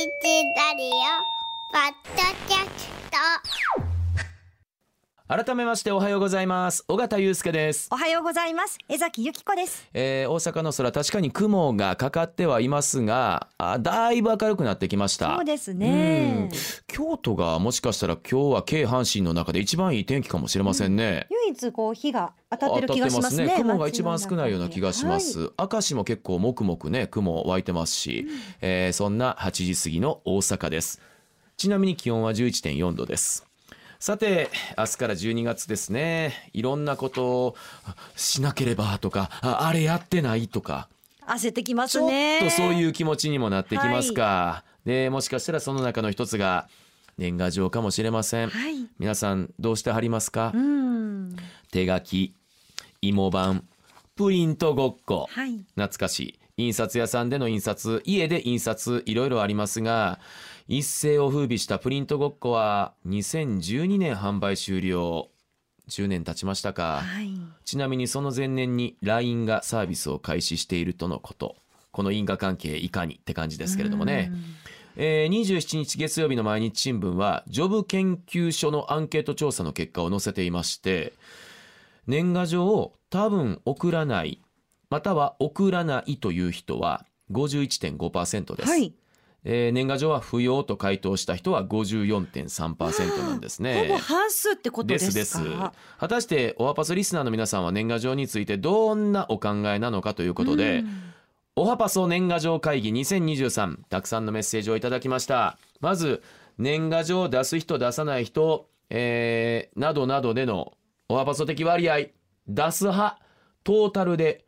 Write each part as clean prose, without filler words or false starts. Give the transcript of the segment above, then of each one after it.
ラリオポッドキャスト。 改めましておはようございます。尾形祐介です。 おはようございます。江崎由紀子です。 大阪の空、確かに雲がかかってはいますが、だいぶ明るくなってきました。 そうですね。 京都がもしかしたら今日は京阪神の中で一番いい天気かもしれませんね。 唯一こう日が当たってる気がしますね。 雲が一番少ないような気がします。明石も結構もくもくね雲湧いてますし、そんな8時過ぎの大阪です。ちなみに気温は 11.4 度です。さて明日から12月ですね。いろんなことをしなければとか、あれやってないとか焦ってきますね。 ちょっとそういう気持ちにもなってきますか、でもしかしたらその中の一つが年賀状かもしれません、皆さんどうしてはりますか？手書き、芋版、プリントごっこ、懐かしい。印刷屋さんでの印刷、家で印刷、いろいろありますが、一世を風靡したプリントごっこは2012年販売終了。10年経ちましたか、ちなみにその前年に LINE がサービスを開始しているとのこと。この因果関係いかにって感じですけれどもね。27日月曜日の毎日新聞はジョブ研究所のアンケート調査の結果を載せていまして、年賀状を多分送らないまたは送らないという人は 51.5% です、年賀状は不要と回答した人は 54.3% なんですね。 ほぼ半数ってことですか？ です。果たしてオハパソリスナーの皆さんは年賀状についてどんなお考えなのかということで、オハパソ年賀状会議2023、たくさんのメッセージをいただきました。まず年賀状を出す人出さない人、などなどでのオハパソ的割合、出す派トータルで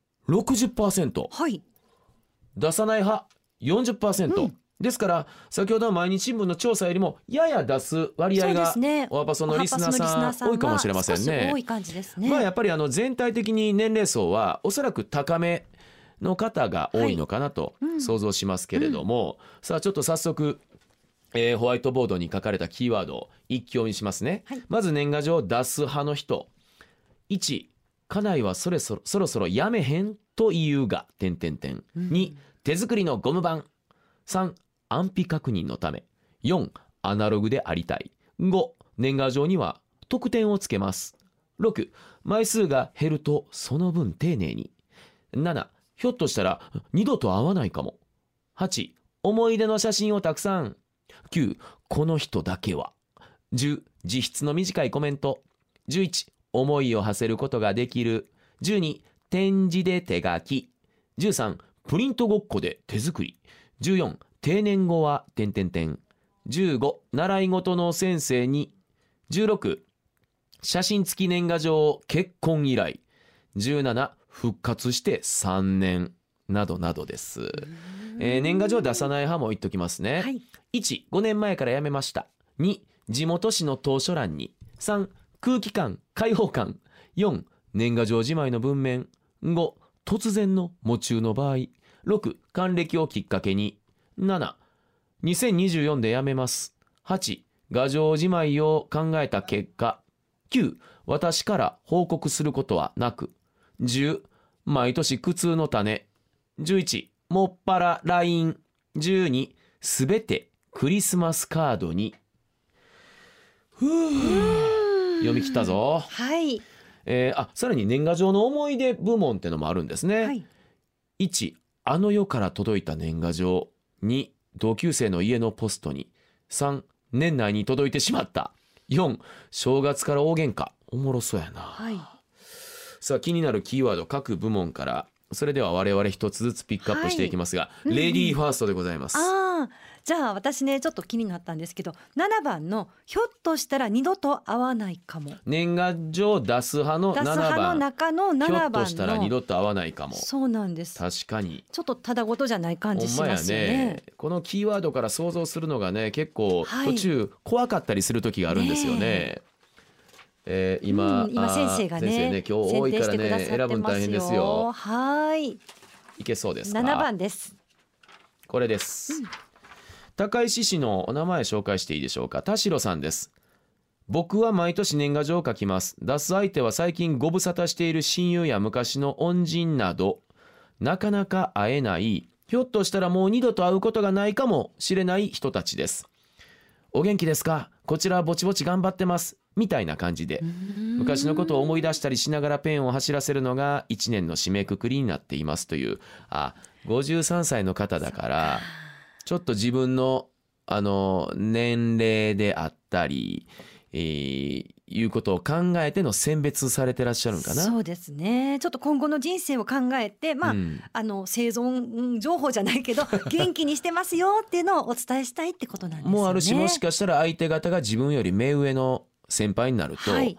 60%、出さない派 40%、ですから先ほどの毎日新聞の調査よりもやや出す割合がオハパソのリスナーさん多いかもしれませんね。 多い感じですね。 やっぱり全体的に年齢層はおそらく高めの方が多いのかなと想像しますけれども、さあちょっと早速、ホワイトボードに書かれたキーワードを一挙にしますね、まず年賀状を出す派の人。1、家内はそろそろやめへんと言うが2、手作りのゴム版。3、安否確認のため。4、アナログでありたい。5、年賀状には特典をつけます。6、枚数が減るとその分丁寧に。7、ひょっとしたら二度と会わないかも。8、思い出の写真をたくさん。9、この人だけは。10、自筆の短いコメント。11、思いを馳せることができる。12、展示で手書き。13、プリントごっこで手作り。14、定年後は15、習い事の先生に。16、写真付き年賀状結婚以来。17、復活して3年などなどです。年賀状出さない派も言っときますね、1、5年前からやめました。2、地元紙の当初欄に。3、空気感開放感。4、年賀状じまいの文面。5、突然の喪中の場合。6、還暦をきっかけに。7、2024でやめます。8、賀状じまいを考えた結果。9、私から報告することはなく。10、毎年苦痛の種。11、もっぱら LINE。12、すべてクリスマスカードに。読み切ったぞ。さらに年賀状の思い出部門ってのもあるんですね、1、あの世から届いた年賀状。2、同級生の家のポストに。3、年内に届いてしまった。4、正月から大喧嘩。おもろそうやな、さあ気になるキーワード各部門から、それでは我々一つずつピックアップしていきますが、レディーファーストでございます。 じゃあ私ねちょっと気になったんですけど、7番のひょっとしたら二度と会わないかも。 年賀状出す派の7番、 中の7番のひょっとしたら二度と会わないかも。 そうなんです。 確かにちょっとただごとじゃない感じしますよね。 このキーワードから想像するのがね結構途中怖かったりする時があるんですよね。今先生がね今日多いからね選ぶの大変ですよ。いけそうですか？ 7番です。 これです、高石市のお名前紹介していいでしょうか？田代さんです。僕は毎年年賀状を書きます。出す相手は最近ご無沙汰している親友や昔の恩人など、なかなか会えないひょっとしたらもう二度と会うことがないかもしれない人たちです。お元気ですか、こちらはぼちぼち頑張ってますみたいな感じで、昔のことを思い出したりしながらペンを走らせるのが1年の締めくくりになっていますという。53歳の方だからちょっと自分の年齢であったり、いうことを考えての選別されてらっしゃるんかな。 そうですね。ちょっと今後の人生を考えて、生存情報じゃないけど元気にしてますよっていうのをお伝えしたいってことなんですよね。 もうあるし、もしかしたら相手方が自分より目上の先輩になると、例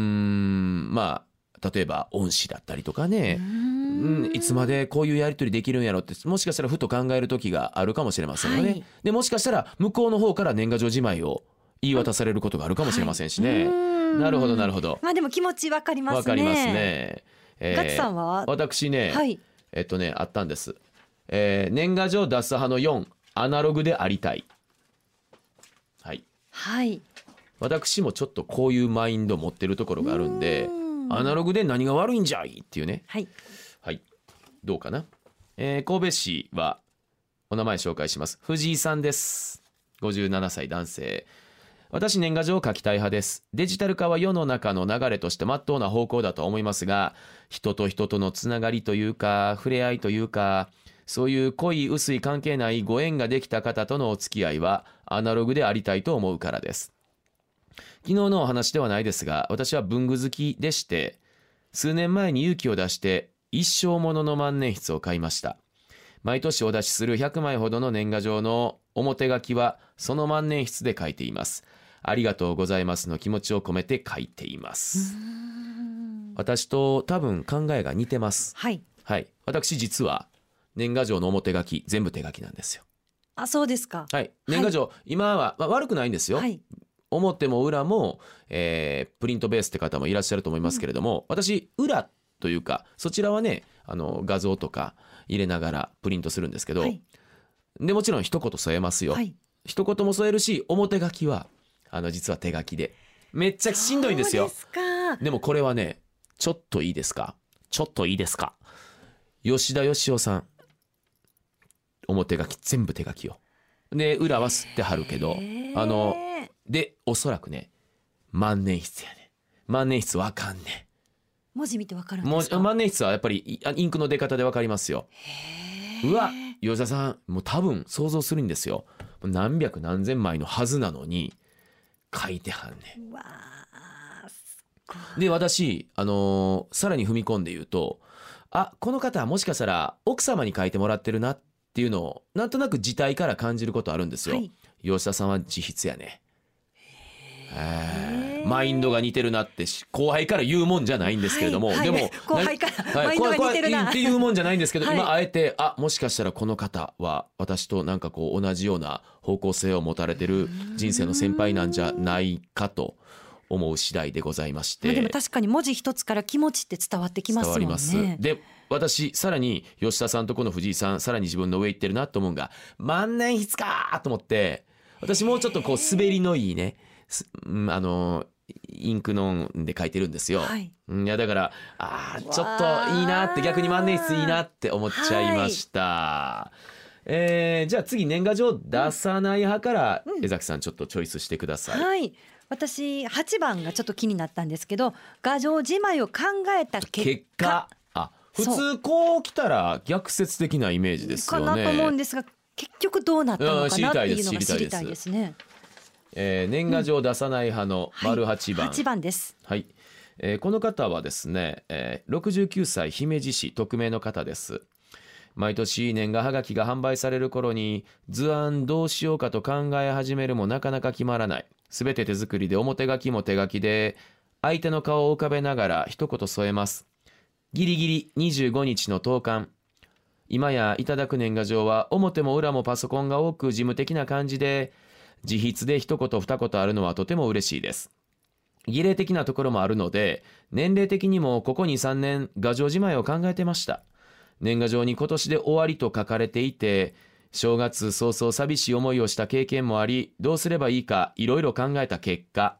えば恩師だったりとかね、いつまでこういうやり取りできるんやろって、もしかしたらふと考える時があるかもしれませんよね。でもしかしたら向こうの方から年賀状じまいを言い渡されることがあるかもしれませんしね。なるほどなるほど。 でも気持ちわかりますね。 わかりますね。 ガチさんは？ 私ね、あったんです。年賀状出す派の4、アナログでありたい。はい。私もちょっとこういうマインド持ってるところがあるんで、アナログで何が悪いんじゃいっていうね。はい。どうかな。神戸市はお名前紹介します。藤井さんです。57歳男性。私、年賀状を書きたい派です。デジタル化は世の中の流れとして真っ当な方向だと思いますが、人と人とのつながりというか、触れ合いというか、そういう濃い薄い関係ないご縁ができた方とのお付き合いはアナログでありたいと思うからです。昨日のお話ではないですが、私は文具好きでして、数年前に勇気を出して一生ものの万年筆を買いました。毎年お出しする100枚ほどの年賀状の表書きはその万年筆で書いています。ありがとうございますの気持ちを込めて書いています。私と多分考えが似てます。はい。私実は年賀状の表書き全部手書きなんですよ。 そうですか。 年賀状、今は、悪くないんですよ。表も裏も、プリントベースって方もいらっしゃると思いますけれども、私裏というかそちらはね、画像とか入れながらプリントするんですけど、でもちろん一言添えますよ。一言も添えるし、表書きは実は手書きでめっちゃしんどいんですよ。でもこれはね、ちょっといいですか、吉田義雄さん、表書き全部手書きよ。で裏は吸ってはるけど、でおそらくね、万年筆やね。万年筆わかんね。 文字見てわかるんですか？ 万年筆はやっぱりインクの出方でわかりますよ。うわ、吉田さんもう多分想像するんですよ。何百何千枚のはずなのに書いてはんね。うわ、すごい。で私さらに踏み込んで言うと、この方はもしかしたら奥様に書いてもらってるなっていうのをなんとなく字体から感じることあるんですよ。吉田さんは自筆やね。マインドが似てるなって後輩から言うもんじゃないんですけれども、でも後輩からマインドが似てるなっていうもんじゃないんですけど、今あえてもしかしたらこの方は私となんかこう同じような方向性を持たれてる人生の先輩なんじゃないかと思う次第でございまして。 でも確かに文字一つから気持ちって伝わってきますもんね。伝わります。 で私さらに吉田さんとこの藤井さん、さらに自分の上行ってるなと思うが、万年筆かと思って、私もうちょっとこう滑りのいいね、インクので書いてるんですよ。いやだからちょっといいなって、逆に万年筆いいなって思っちゃいました。じゃあ次、年賀状出さない派から江崎さんちょっとチョイスしてください。 私8番がちょっと気になったんですけど、賀状じまいを考えた結果。 普通こう来たら逆説的なイメージですよね。 かなと思うんですが、結局どうなったのかなっていうのが知りたいですね。 年賀状出さない派の丸8番、 8番です。 この方はですね、69歳姫路市匿名の方です。毎年年賀はがきが販売される頃に図案どうしようかと考え始めるもなかなか決まらない。すべて手作りで表書きも手書きで、相手の顔を浮かべながら一言添えます。ギリギリ25日の投函。今やいただく年賀状は表も裏もパソコンが多く事務的な感じで、自筆で一言二言あるのはとても嬉しいです。儀礼的なところもあるので、年齢的にもここ 2,3 年賀状じまいを考えてました。年賀状に今年で終わりと書かれていて、正月早々寂しい思いをした経験もあり、どうすればいいかいろいろ考えた結果、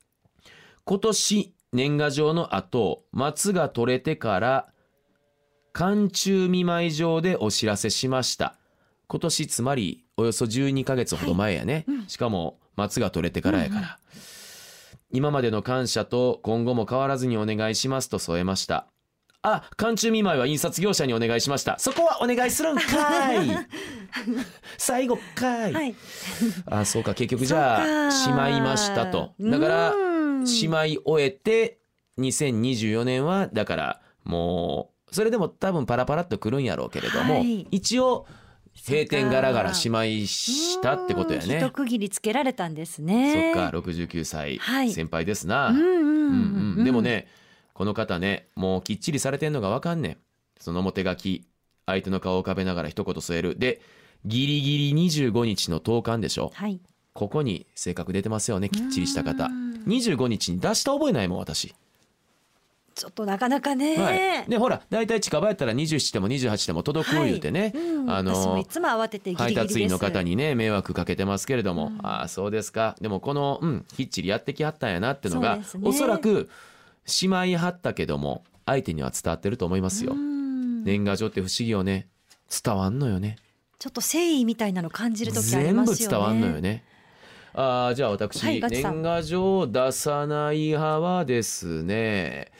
今年年賀状の後、松が取れてから寒中見舞い状でお知らせしました。今年つまりおよそ12ヶ月ほど前やね、しかも松が取れてからやから、今までの感謝と今後も変わらずにお願いしますと添えました。あ、寒中見舞いは印刷業者にお願いしました。そこはお願いするんかい最後かい、あ、そうか、結局じゃあしまいましたと。だからしまい終えて2024年はだからもうそれでも多分パラパラっとくるんやろうけれども、一応閉店ガラガラしまいしたってことやね。 一区切りつけられたんですね。 そっか、69歳、先輩ですな。でもね、この方ね、もうきっちりされてんのがわかんねん。その表書き、相手の顔を浮かべながら一言添える。で、ギリギリ25日の投函でしょ。ここに性格出てますよね、きっちりした方。25日に出した覚えないもん、私。 ちょっとなかなかね、 でほら大体近場やったら27でも28でも届く言うてね、 私もいつも慌ててギリギリです。 配達員の方にね迷惑かけてますけれども、ああそうですか。でもこの、きっちりやってきはったんやなってのが、おそらくしまいはったけども相手には伝わってると思いますよ。年賀状って不思議よね、伝わんのよね。 ちょっと誠意みたいなの感じる時ありますよね。 全部伝わんのよね。あ、じゃあ私、年賀状を出さない派はですね、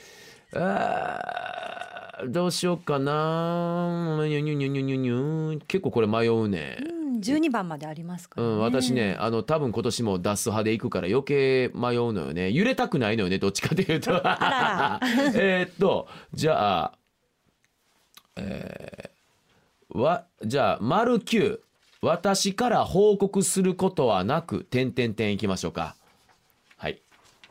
どうしようかな。結構これ迷うね。 12番までありますからね。 私ね、多分今年も出す派でいくから余計迷うのよね。揺れたくないのよね、どっちかというとじゃあじゃあ丸9、私から報告することはなくいきましょうか。はい、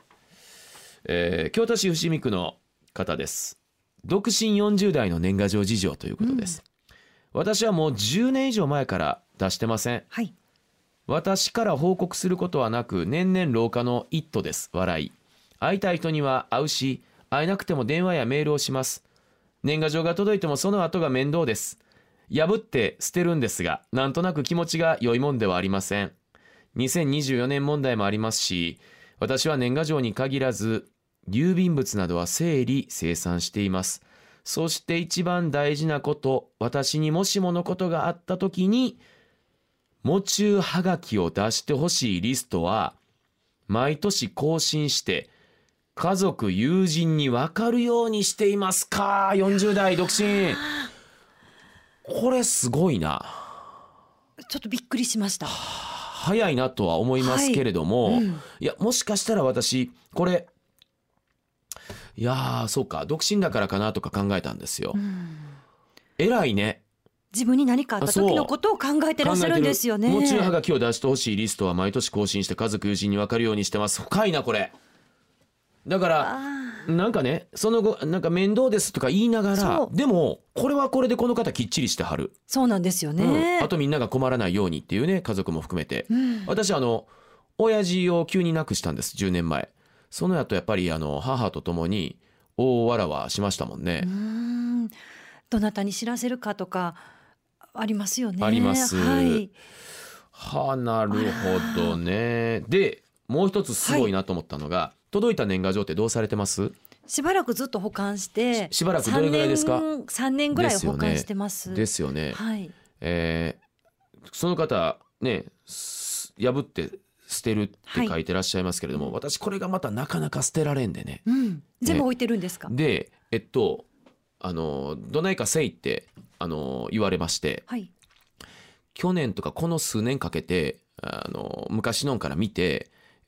京都市伏見区の方です。独身40代の年賀状事情ということです。私はもう10年以上前から出してません。私から報告することはなく年々老化の一途です。笑い。会いたい人には会うし、会えなくても電話やメールをします。年賀状が届いてもその後が面倒です。破って捨てるんですが、なんとなく気持ちが良いもんではありません。2024年問題もありますし、私は年賀状に限らず郵便物などは整理生産しています。そして一番大事なこと、私にもしものことがあった時に喪中はがきを出してほしいリストは毎年更新して家族友人に分かるようにしていますか。40代独身、これすごいな。 ちょっとびっくりしました。 早いなとは思いますけれども、いやもしかしたら私これいやそうか、独身だからかなとか考えたんですよ。偉いね。 自分に何かあった時のことを考えてらっしゃるんですよね。 喪中はがきを出してほしいリストは毎年更新して家族友人に分かるようにしてます。深いなこれ。だからなんかね、その後なんか面倒ですとか言いながら、でもこれはこれでこの方きっちりしてはる。 そうなんですよね、 あとみんなが困らないようにっていうね、家族も含めて、私親父を急に亡くしたんです、10年前。その後やっぱり母と共に大わらわしましたもんね。 どなたに知らせるかとかありますよね。 あります。なるほどね。でもう一つすごいなと思ったのが、届いた年賀状ってどうされてます？ しばらくずっと保管して。 しばらくどれぐらいですか ？3年ぐらい保管してます。 ですよね。その方ね、破って捨てるって書いてらっしゃいますけれども、私これがまたなかなか捨てられんでね、 全部置いてるんですか？ でどないかせいって言われまして、去年とかこの数年かけて昔のんから見て、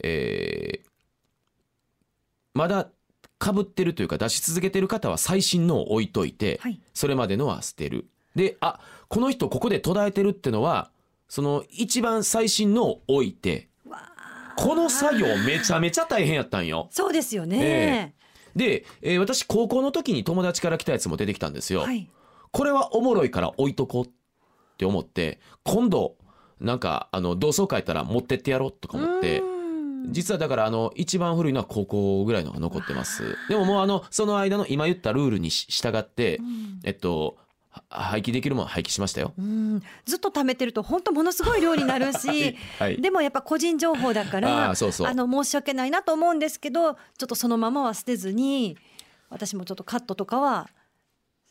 まだ被ってるというか出し続けてる方は最新のを置いといて、それまでのは捨てる。で、この人ここで途絶えてるってのはその一番最新のを置いて、この作業めちゃめちゃ大変やったんよ。 そうですよね。 で、私高校の時に友達から来たやつも出てきたんですよ。これはおもろいから置いとこうって思って、今度なんか同窓会やったら持ってってやろうとか思って、実はだから一番古いのは高校ぐらいのが残ってます。でももうその間の今言ったルールに従って、廃棄できるものは廃棄しましたよ。 ずっと貯めてると本当ものすごい量になるし、でもやっぱ個人情報だから申し訳ないなと思うんですけど、ちょっとそのままは捨てずに、私もちょっとカットとかは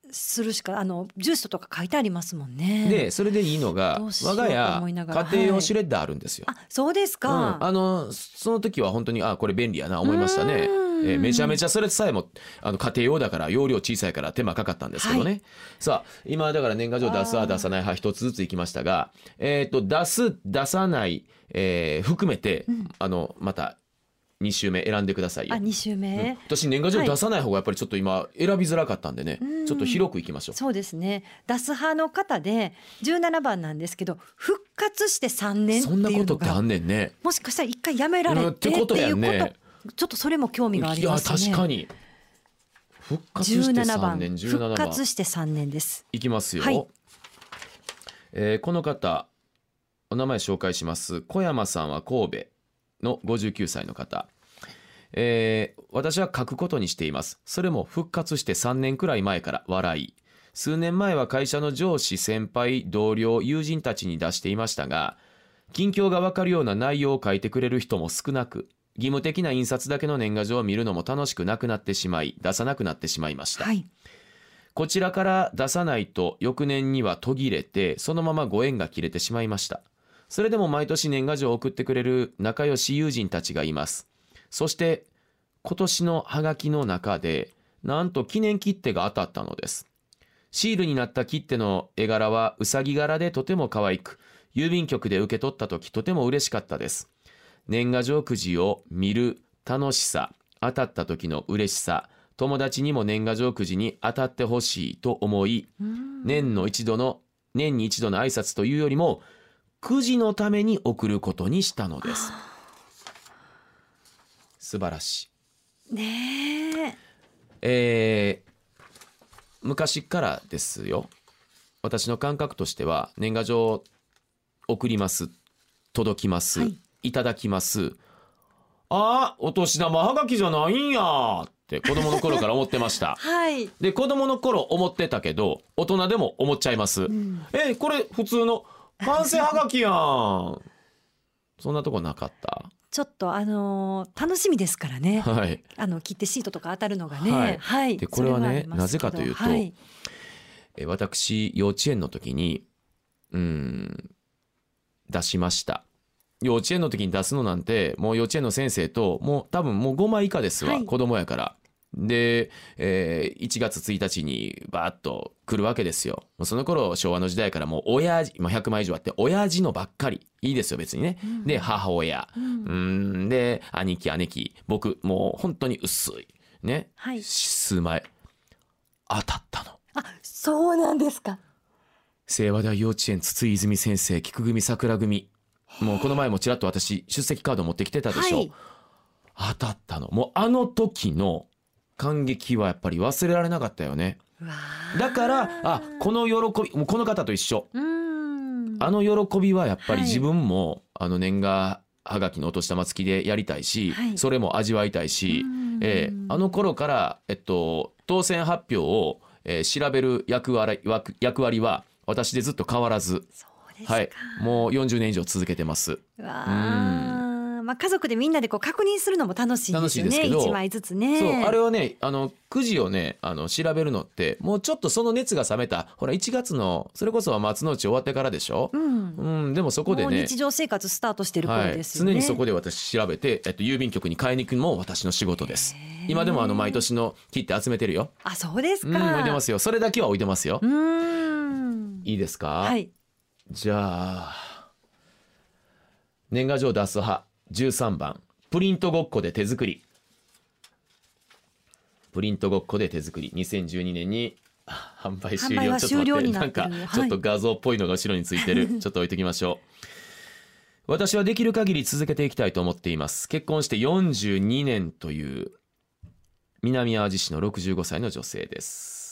するしかジュースとか書いてありますもんね。 でそれでいいのがどうしようと我が家思いながら家庭用シュレッダーあるんですよ。 あ、そうですか。 その時は本当にこれ便利やな思いましたね。めちゃめちゃそれさえも家庭用だから容量小さいから手間かかったんですけどね、さあ今だから年賀状出すは出さない派一つずついきましたが、出す出さない、含めて、また2週目選んでくださいよ。 2週目、 私年賀状出さない方がやっぱりちょっと今選びづらかったんでね、ちょっと広くいきましょう。 そうですね。出す派の方で17番なんですけど、復活して3年っていうのがそんなことってあんねんね。 もしかしたら一回やめられてってことやんね。 っていうことちょっとそれも興味がありますね。 いや確かに復活して3年17番復活して3年です。 いきますよ、 はい。 この方お名前紹介します。小山さんは神戸の59歳の方、私は書くことにしています。それも復活して3年くらい前から笑い。数年前は会社の上司先輩同僚友人たちに出していましたが、近況がわかるような内容を書いてくれる人も少なく、義務的な印刷だけの年賀状を見るのも楽しくなくなってしまい、出さなくなってしまいました、こちらから出さないと翌年には途切れて、そのままご縁が切れてしまいました。それでも毎年年賀状を送ってくれる仲良し友人たちがいます。そして今年のハガキの中でなんと記念切手が当たったのです。シールになった切手の絵柄はうさぎ柄でとても可愛く、郵便局で受け取った時とても嬉しかったです。年賀状くじを見る楽しさ、当たった時の嬉しさ、友達にも年賀状くじに当たってほしいと思い、年に一度の挨拶というよりもくじのために送ることにしたのです。素晴らしいねえ。昔からですよ。私の感覚としては年賀状送ります、届きます、いただきます、お年玉はがきじゃないんやって子供の頃から思ってましたで子供の頃思ってたけど大人でも思っちゃいます、これ普通の完成はがきやんそんなとこなかった？ ちょっと楽しみですからね、切手シートとか当たるのがね、 でこれはねなぜかというと、私幼稚園の時に出しました。幼稚園の時に出すのなんてもう幼稚園の先生ともう多分もう5枚以下ですわ、子供やから。で、1月1日にバーッと来るわけですよ。その頃昭和の時代からもう親父、100枚以上あって親父のばっかりいいですよ別にね、で母親、で兄貴姉貴僕もう本当に薄いね、数枚当たったの。 そうなんですか。 清和大幼稚園筒井泉先生菊組桜組、もうこの前もちらっと私出席カード持ってきてたでしょ、当たったの。もうあの時の感激はやっぱり忘れられなかったよね。だからこの喜びもうこの方と一緒、喜びはやっぱり自分も、年賀はがきのお年玉付きでやりたいし、それも味わいたいし、あの頃から、当選発表を、調べる役割は私でずっと変わらず、もう40年以上続けてます。 家族でみんなでこう確認するのも楽しいですよね。1枚ずつね。 そうあれはねくじをね調べるのってもうちょっとその熱が冷めたほら1月のそれこそ松の内終わってからでしょ、でもそこでねもう日常生活スタートしてる頃ですよね、 常にそこで私調べて、郵便局に買いに行くのも私の仕事です。今でも毎年の切手集めてるよ。 そうですか。 置いてますよ。それだけは置いてますよ。いいですか。じゃあ年賀状出す派13番プリントごっこで手作り。プリントごっこで手作り2012年に販売終了。ちょっと待って、なんかちょっと画像っぽいのが後ろについてる、ちょっと置いときましょう。私はできる限り続けていきたいと思っています。結婚して42年という南淡路市の65歳の女性です。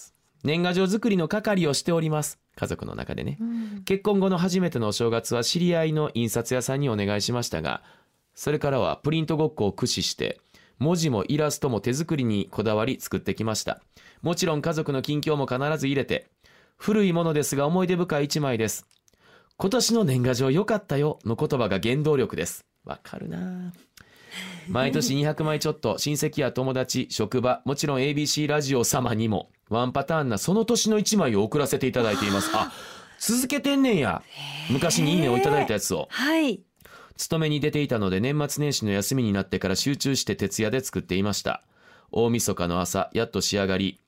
年賀状作りの係をしております。家族の中でね、結婚後の初めてのお正月は知り合いの印刷屋さんにお願いしましたが、それからはプリントごっこを駆使して文字もイラストも手作りにこだわり作ってきました。もちろん家族の近況も必ず入れて、古いものですが思い出深い一枚です。今年の年賀状良かったよの言葉が原動力です。わかるな。毎年200枚ちょっと親戚や友達職場もちろん ABC ラジオ様にもワンパターンなその年の1枚を送らせていただいています。あ、続けてんねんや。昔にいいねをいただいたやつを。 はい。 勤めに出ていたので年末年始の休みになってから集中して徹夜で作っていました。大晦日の朝やっと仕上がり、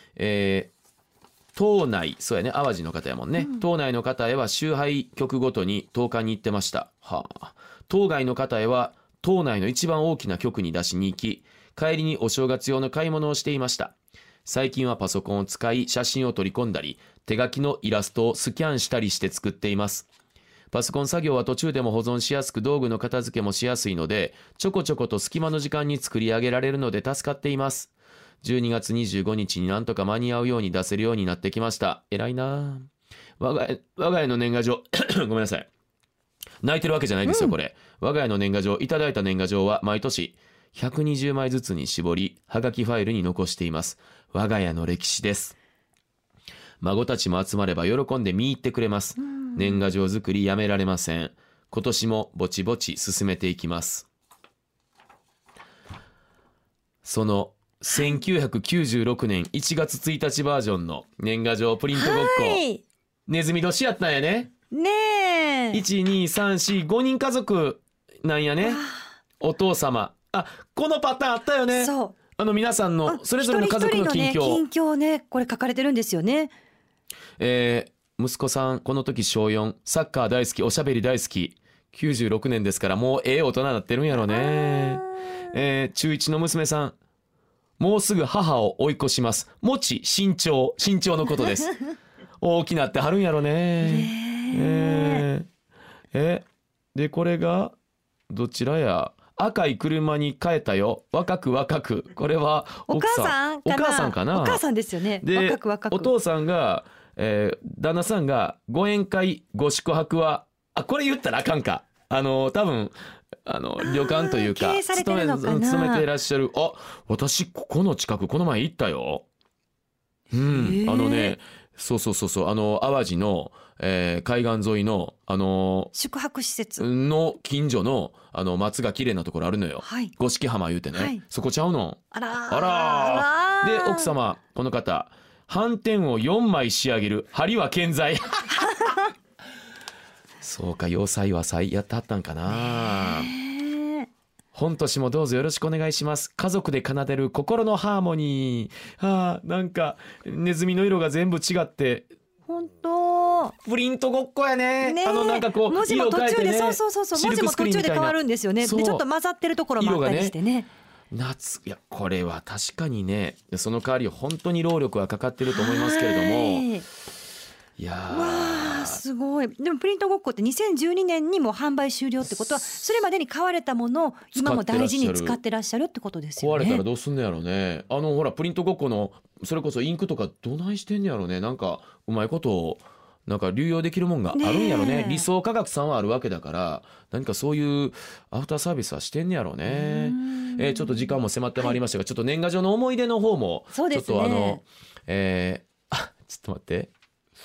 島内、そうやね、淡路の方やもんね、島内の方へは集配局ごとに投函に行ってました。はあ、島外の方へは島内の一番大きな局に出しに行き、帰りにお正月用の買い物をしていました。最近はパソコンを使い写真を取り込んだり、手書きのイラストをスキャンしたりして作っています。パソコン作業は途中でも保存しやすく、道具の片付けもしやすいので、ちょこちょこと隙間の時間に作り上げられるので助かっています。12月25日になんとか間に合うように出せるようになってきました。偉いな。我が家の年賀状ごめんなさい、泣いてるわけじゃないですよこれ。我が家の年賀状、いただいた年賀状は毎年120枚ずつに絞り、はがきファイルに残しています。我が家の歴史です。孫たちも集まれば喜んで見入ってくれます。年賀状作りやめられません。今年もぼちぼち進めていきます。その1996年1月1日バージョンの年賀状プリントごっこ、はい、ネズミ年やったんやね。 ねえ。 12345人家族なんやね。お父様、あ、このパターンあったよね。 そう、 皆さんのそれぞれの家族の近況、 近況ね、これ書かれてるんですよね。 息子さんこの時小4、サッカー大好き、おしゃべり大好き。96年ですからもう大人になってるんやろね。中1の娘さん、もうすぐ母を追い越します。もち身長のことです。大きなってはるんやろね。でこれがどちらや。赤い車に変えたよ、若く。これはお母さんかな。お母さんですよね。 で若くお父さんが、旦那さんがご宴会ご宿泊は、これ言ったらあかんか。多分旅館というか経営されてるのかな。 勤めていらっしゃる。私ここの近くこの前行ったよ。そう淡路の、海岸沿いの宿泊施設の近所の松が綺麗なところあるのよ、はい、五色浜言うてね、はい、そこちゃうの。あらで奥様この方、斑点を4枚仕上げる、針は健在。そうか、要塞はやってはったんかな。本年もどうぞよろしくお願いします。家族で奏でる心のハーモニー。なんかネズミの色が全部違って、 本当プリントごっこやね。なんかこう文字も途中で、そう文字も途中で変わるんですよね。でちょっと混ざってるところもあったりしてね。 いやこれは確かにね、その代わり本当に労力はかかってると思いますけれども、いやわすごい。でもプリントごっこって2012年にも販売終了ってことは、それまでに買われたものを今も大事に使ってらっしゃるってことですよね。 壊れたらどうすんのやろうね。ほらプリントごっこのそれこそインクとかどないしてんのやろうね。なんかうまいことなんか流用できるもんがあるんやろね。理想科学さんはあるわけだから、何かそういうアフターサービスはしてんねやろうね。ちょっと時間も迫ってまいりましたが、はい、ちょっと年賀状の思い出の方もちょっとちょっと待って。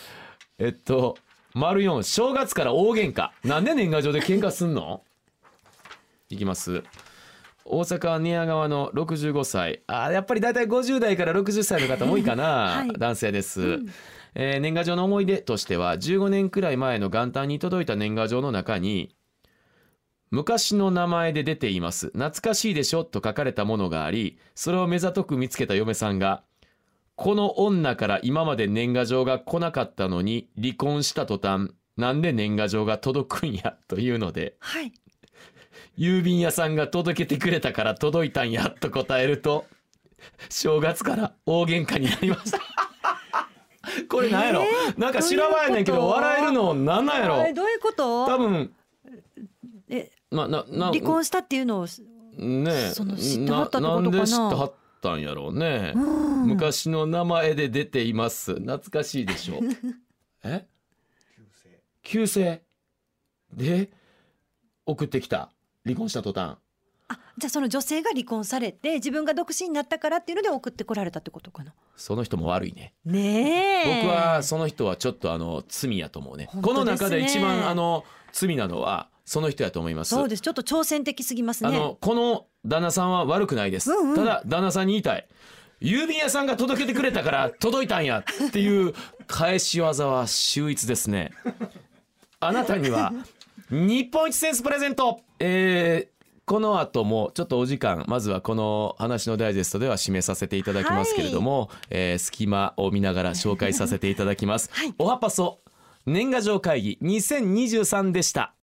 丸4、正月から大喧嘩。なんで年賀状で喧嘩すんの？いきます。大阪寝屋川の65歳。やっぱりだいたい50代から60歳の方多いかな。はい、男性です。年賀状の思い出としては、15年くらい前の元旦に届いた年賀状の中に、昔の名前で出ています。懐かしいでしょと書かれたものがあり、それを目ざとく見つけた嫁さんが、この女から今まで年賀状が来なかったのに離婚した途端、なんで年賀状が届くんやというので、 はい、 郵便屋さんが届けてくれたから届いたんやと答えると、正月から大喧嘩になりました。これなんやろ、なんか修羅場やねんけど笑えるのなんなんやろ。 どういうこと？ 多分離婚したっていうのをね、知ってはったってことかな。 なんで知ってはったんやろうね。昔の名前で出ています。懐かしいでしょ。旧姓で送ってきた。離婚した途端。 じゃあその女性が離婚されて自分が独身になったからっていうので送ってこられたってことかな。 その人も悪いね。 ねえ。 僕はその人はちょっと罪やと思うね。この中で一番罪なのはその人やと思います。 そうです。ちょっと挑戦的すぎますね。 この旦那さんは悪くないです。ただ旦那さんに言いたい。 郵便屋さんが届けてくれたから届いたんやっていう返し技は秀逸ですね。あなたには日本一センスプレゼント。この後もちょっとお時間、まずはこの話のダイジェストでは締めさせていただきますけれども、隙間を見ながら紹介させていただきます、おはパソ年賀状会議2023でした。